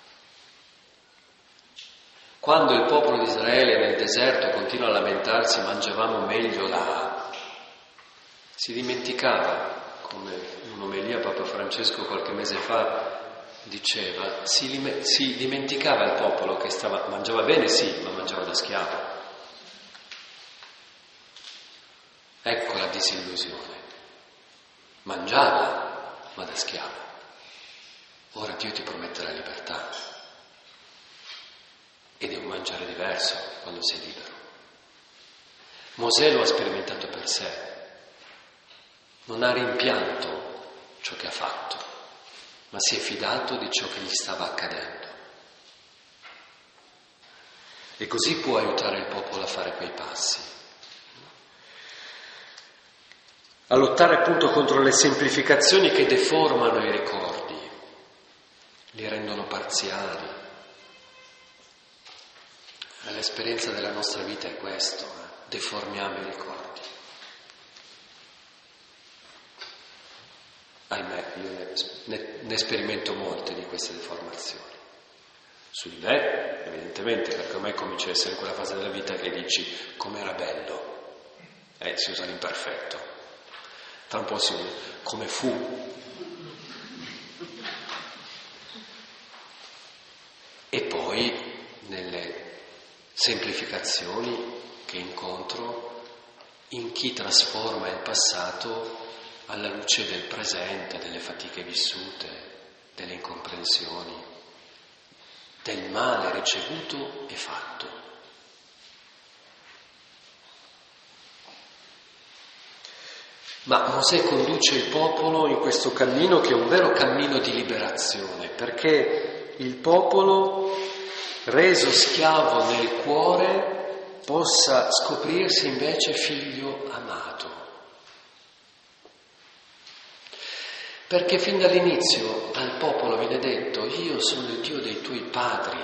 Quando il popolo di Israele nel deserto continua a lamentarsi: mangiavamo meglio là, si dimenticava, come in un'omelia Papa Francesco qualche mese fa diceva, si dimenticava il popolo che mangiava bene sì, ma mangiava da schiavo. Ecco la disillusione. Mangiava, ma da schiavo. Ora Dio ti promette la libertà. Ed è un mangiare diverso quando sei libero. Mosè lo ha sperimentato per sé. Non ha rimpianto ciò che ha fatto, ma si è fidato di ciò che gli stava accadendo. E così può aiutare il popolo a fare quei passi. A lottare appunto contro le semplificazioni che deformano i ricordi, li rendono parziali. L'esperienza della nostra vita è questo, deformiamo i ricordi. Ahimè, io ne sperimento molte di queste deformazioni. Su di me, evidentemente, perché ormai comincia a essere quella fase della vita che dici: com'era bello, si usa l'imperfetto. Tra un po' si usa come fu. E poi nelle semplificazioni che incontro in chi trasforma il passato alla luce del presente, delle fatiche vissute, delle incomprensioni, del male ricevuto e fatto. Ma Mosè conduce il popolo in questo cammino che è un vero cammino di liberazione, perché il popolo, reso schiavo nel cuore, possa scoprirsi invece figlio amato. Perché fin dall'inizio al popolo viene detto: io sono il Dio dei tuoi padri,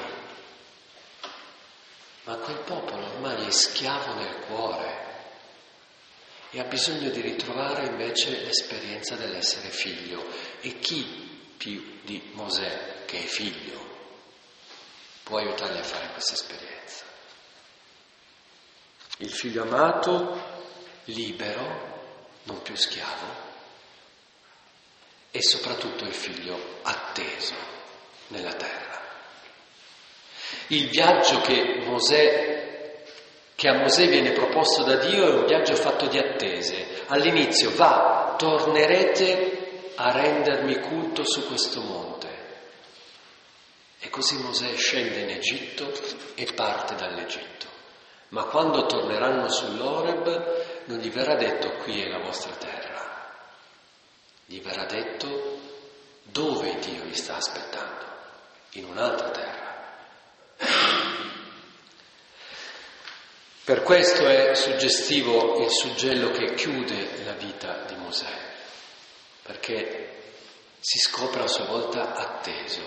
ma quel popolo ormai è schiavo nel cuore e ha bisogno di ritrovare invece l'esperienza dell'essere figlio. E chi più di Mosè, che è figlio, può aiutarli a fare questa esperienza? Il figlio amato, libero, non più schiavo, e soprattutto il figlio atteso nella terra. Il viaggio che a Mosè viene proposto da Dio è un viaggio fatto di attese. All'inizio: tornerete a rendermi culto su questo monte. E così Mosè scende in Egitto e parte dall'Egitto. Ma quando torneranno sull'Oreb non gli verrà detto: qui è la vostra terra. Gli verrà detto dove Dio li sta aspettando, in un'altra terra. Per questo è suggestivo il suggello che chiude la vita di Mosè, perché si scopre a sua volta atteso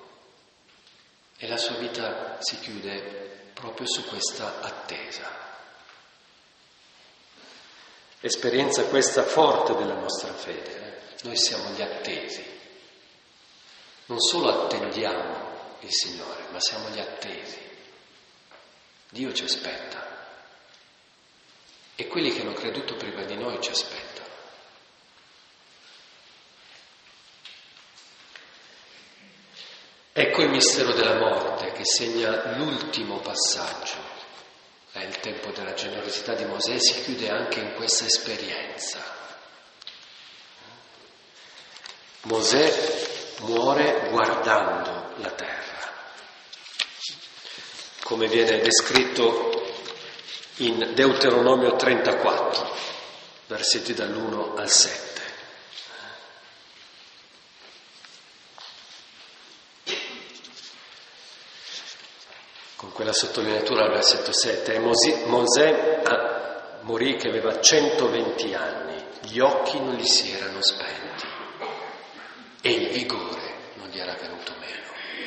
e la sua vita si chiude proprio su questa attesa. Esperienza questa forte della nostra fede. Noi siamo gli attesi, non solo attendiamo il Signore, ma siamo gli attesi. Dio ci aspetta. E quelli che hanno creduto prima di noi ci aspettano. Ecco il mistero della morte che segna l'ultimo passaggio. Il tempo della generosità di Mosè si chiude anche in questa esperienza. Mosè muore guardando la terra, come viene descritto in Deuteronomio 34, versetti dall'1 al 7. Con quella sottolineatura al versetto 7, Mosè morì che aveva 120 anni, gli occhi non gli si erano spenti e il vigore non gli era venuto meno.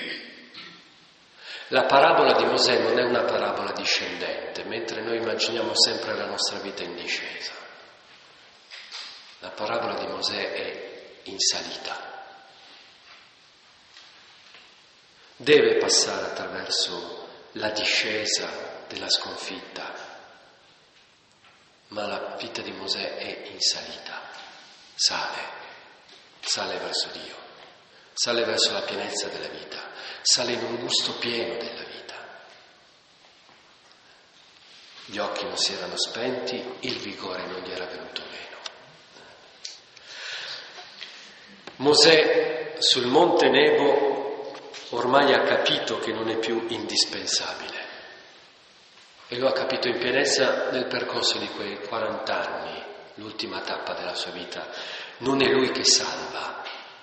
La parabola di Mosè non è una parabola discendente, mentre noi immaginiamo sempre la nostra vita in discesa. La parabola di Mosè è in salita. Deve passare attraverso la discesa della sconfitta, ma la vita di Mosè è in salita, sale verso Dio, sale verso la pienezza della vita, sale in un gusto pieno della vita. Gli occhi non si erano spenti, il vigore non gli era venuto meno. Mosè sul Monte Nebo ormai ha capito che non è più indispensabile e lo ha capito in pienezza nel percorso di quei 40 anni, l'ultima tappa della sua vita. Non è lui che salva,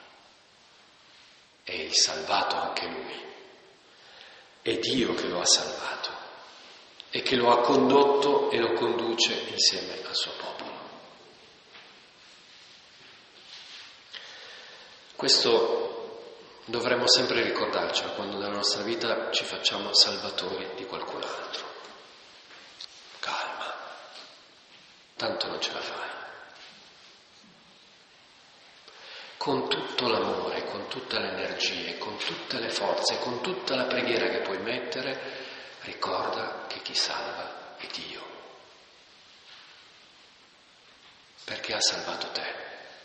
è il salvato anche lui. È Dio che lo ha salvato e che lo ha condotto e lo conduce insieme al suo popolo. Questo dovremmo sempre ricordarcelo quando nella nostra vita ci facciamo salvatori di qualcun altro. Calma, tanto non ce la fai. Con tutto l'amore, con tutte le energie, con tutte le forze, con tutta la preghiera che puoi mettere, ricorda che chi salva è Dio. Perché ha salvato te.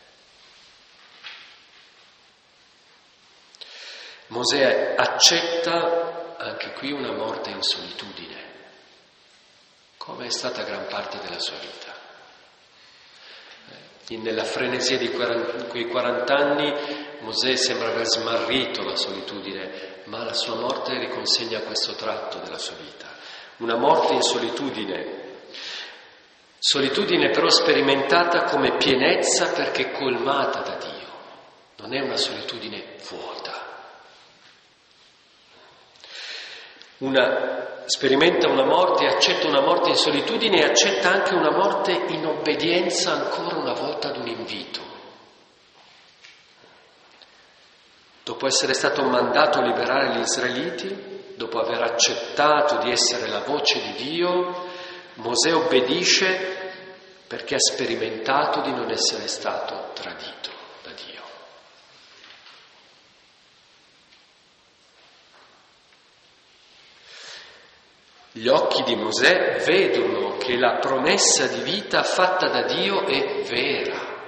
Mosè accetta anche qui una morte in solitudine, come è stata gran parte della sua vita. Nella frenesia di quei 40 anni Mosè sembra aver smarrito la solitudine, ma la sua morte riconsegna questo tratto della sua vita. Una morte in solitudine però sperimentata come pienezza perché colmata da Dio. Non è una solitudine vuota. Sperimenta una morte, accetta una morte in solitudine e accetta anche una morte in obbedienza ancora una volta ad un invito. Dopo essere stato mandato a liberare gli israeliti, dopo aver accettato di essere la voce di Dio, Mosè obbedisce perché ha sperimentato di non essere stato tradito da Dio. Gli occhi di Mosè vedono che la promessa di vita fatta da Dio è vera.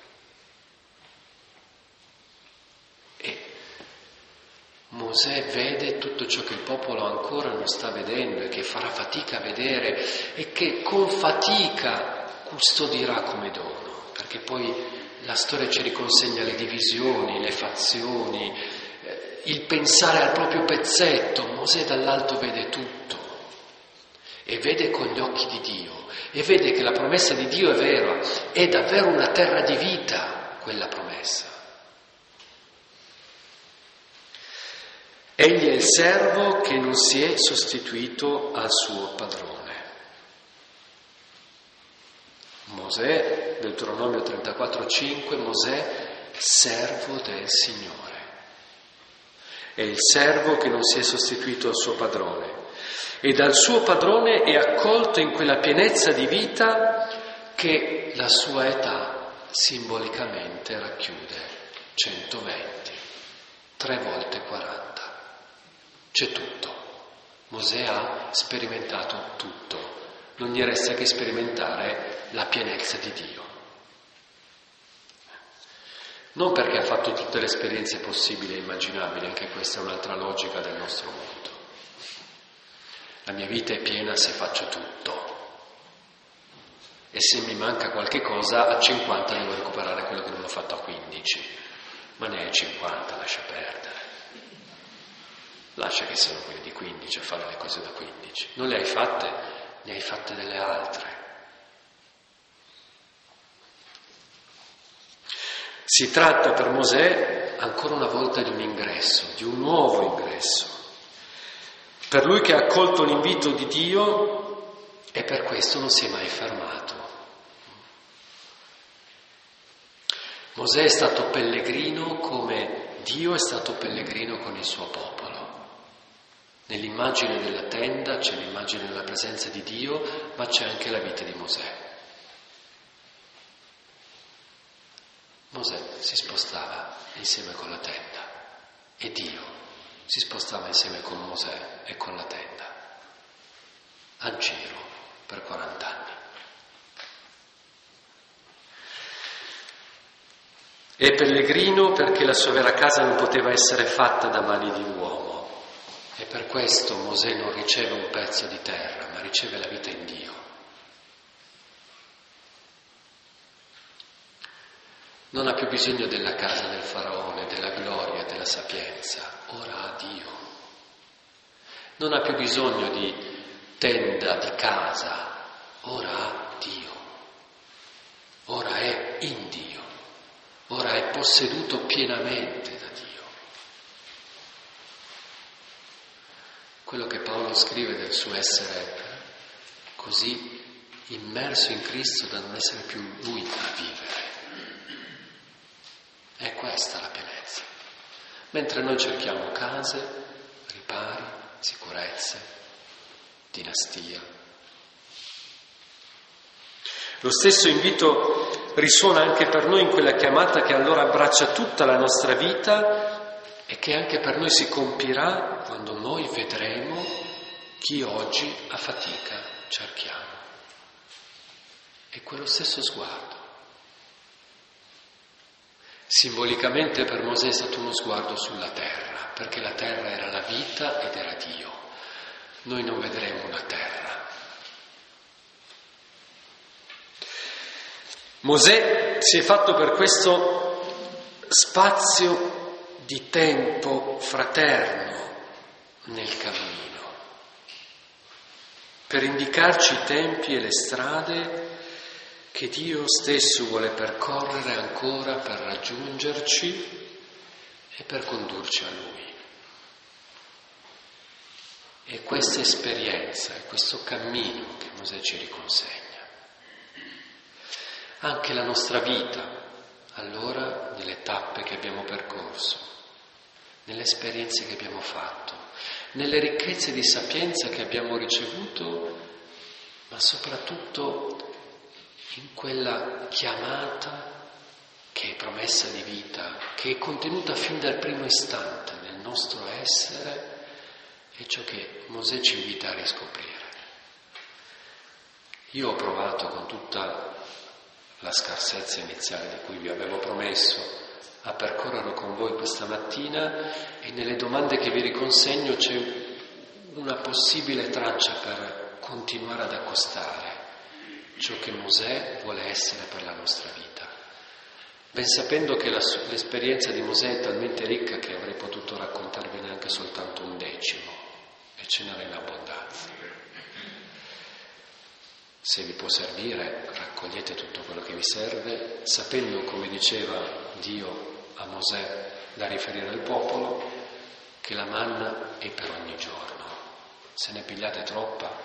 E Mosè vede tutto ciò che il popolo ancora non sta vedendo e che farà fatica a vedere e che con fatica custodirà come dono, perché poi la storia ci riconsegna le divisioni, le fazioni, il pensare al proprio pezzetto. Mosè dall'alto vede tutto. E vede con gli occhi di Dio, e vede che la promessa di Dio è vera, è davvero una terra di vita quella promessa. Egli è il servo che non si è sostituito al suo padrone. Mosè, Deuteronomio 34,5, Mosè, servo del Signore. È il servo che non si è sostituito al suo padrone. E dal suo padrone è accolto in quella pienezza di vita che la sua età simbolicamente racchiude, 120, 3 volte 40. c'è tutto. Mosè ha sperimentato tutto, non gli resta che sperimentare la pienezza di Dio. Non perché ha fatto tutte le esperienze possibili e immaginabili, anche questa è un'altra logica del nostro mondo. La mia vita è piena se faccio tutto, e se mi manca qualche cosa a 50 devo recuperare quello che non ho fatto a 15, ma ne hai 50, lascia perdere. Lascia che siano quelli di 15 a fare le cose da 15. Non le hai fatte, ne hai fatte delle altre. Si tratta per Mosè ancora una volta di un ingresso, di un nuovo ingresso. Per lui che ha accolto l'invito di Dio e per questo non si è mai fermato. Mosè è stato pellegrino come Dio è stato pellegrino con il suo popolo. Nell'immagine della tenda c'è l'immagine della presenza di Dio, ma c'è anche la vita di Mosè. Mosè si spostava insieme con la tenda e Dio si spostava insieme con Mosè e con la tenda, a giro per 40 anni. È pellegrino perché la sua vera casa non poteva essere fatta da mani di uomo. E per questo Mosè non riceve un pezzo di terra, ma riceve la vita in Dio. Non ha più bisogno della casa del faraone, della gloria, della sapienza. Ora ha Dio. Non ha più bisogno di tenda, di casa. Ora ha Dio. Ora è in Dio. Ora è posseduto pienamente da Dio. Quello che Paolo scrive del suo essere così immerso in Cristo da non essere più lui a vivere. È questa la pienezza. Mentre noi cerchiamo case, ripari, sicurezze, dinastia. Lo stesso invito risuona anche per noi in quella chiamata che allora abbraccia tutta la nostra vita e che anche per noi si compirà quando noi vedremo chi oggi a fatica cerchiamo. È quello stesso sguardo. Simbolicamente per Mosè è stato uno sguardo sulla terra, perché la terra era la vita ed era Dio. Noi non vedremo una terra. Mosè si è fatto per questo spazio di tempo fraterno nel cammino, per indicarci i tempi e le strade che Dio stesso vuole percorrere ancora per raggiungerci e per condurci a Lui. E questa esperienza, questo cammino che Mosè ci riconsegna. Anche la nostra vita, allora, nelle tappe che abbiamo percorso, nelle esperienze che abbiamo fatto, nelle ricchezze di sapienza che abbiamo ricevuto, ma soprattutto in quella chiamata che è promessa di vita, che è contenuta fin dal primo istante nel nostro essere, è ciò che Mosè ci invita a riscoprire. Io ho provato con tutta la scarsezza iniziale di cui vi avevo promesso a percorrerlo con voi questa mattina e nelle domande che vi riconsegno c'è una possibile traccia per continuare ad accostare ciò che Mosè vuole essere per la nostra vita, ben sapendo che l'esperienza di Mosè è talmente ricca che avrei potuto raccontarvene anche soltanto un decimo e ce n'era in abbondanza. Se vi può servire, raccogliete tutto quello che vi serve, sapendo, come diceva Dio a Mosè da riferire al popolo, che la manna è per ogni giorno. Se ne pigliate troppa,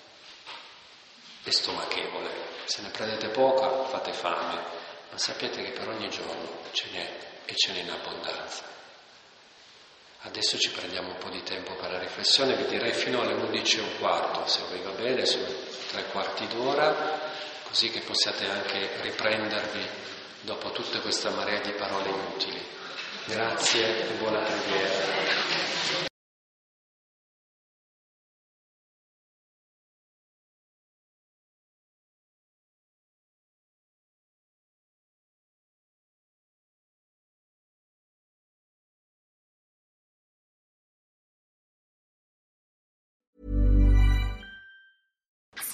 è stomachevole. Se ne prendete poca, fate fame. Ma sappiate che per ogni giorno ce n'è e ce n'è in abbondanza. Adesso ci prendiamo un po' di tempo per la riflessione, vi direi fino alle 11:15, se vi va bene, sono 3/4 d'ora, così che possiate anche riprendervi dopo tutta questa marea di parole inutili. Grazie e buona preghiera.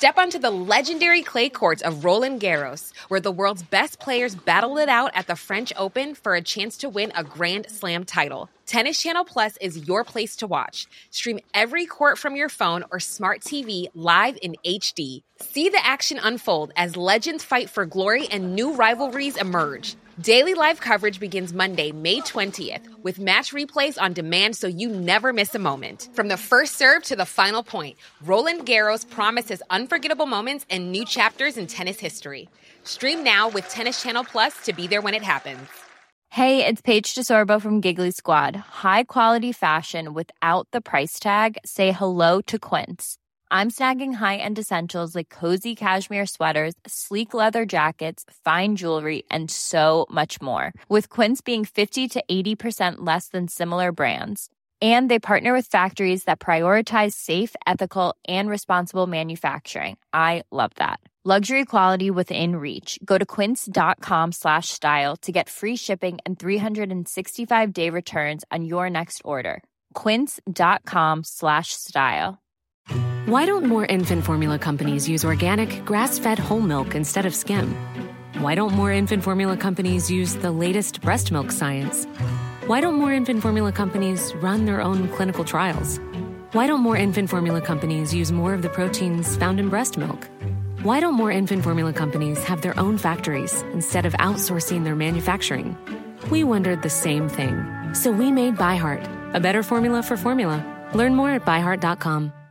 Step onto the legendary clay courts of Roland Garros, where the world's best players battle it out at the French Open for a chance to win a Grand Slam title. Tennis Channel Plus is your place to watch. Stream every court from your phone or smart TV live in HD. See the action unfold as legends fight for glory and new rivalries emerge. Daily live coverage begins Monday, May 20th, with match replays on demand so you never miss a moment. From the first serve to the final point, Roland Garros promises unforgettable moments and new chapters in tennis history. Stream now with Tennis Channel Plus to be there when it happens. Hey, it's Paige DeSorbo from Giggly Squad. High quality fashion without the price tag. Say hello to Quince. I'm snagging high-end essentials like cozy cashmere sweaters, sleek leather jackets, fine jewelry, and so much more. With Quince being 50 to 80% less than similar brands. And they partner with factories that prioritize safe, ethical, and responsible manufacturing. I love that. Luxury quality within reach. Go to quince.com/style to get free shipping and 365-day returns on your next order. Quince.com/style. Why don't more infant formula companies use organic, grass-fed whole milk instead of skim? Why don't more infant formula companies use the latest breast milk science? Why don't more infant formula companies run their own clinical trials? Why don't more infant formula companies use more of the proteins found in breast milk? Why don't more infant formula companies have their own factories instead of outsourcing their manufacturing? We wondered the same thing. So we made ByHeart, a better formula for formula. Learn more at byheart.com.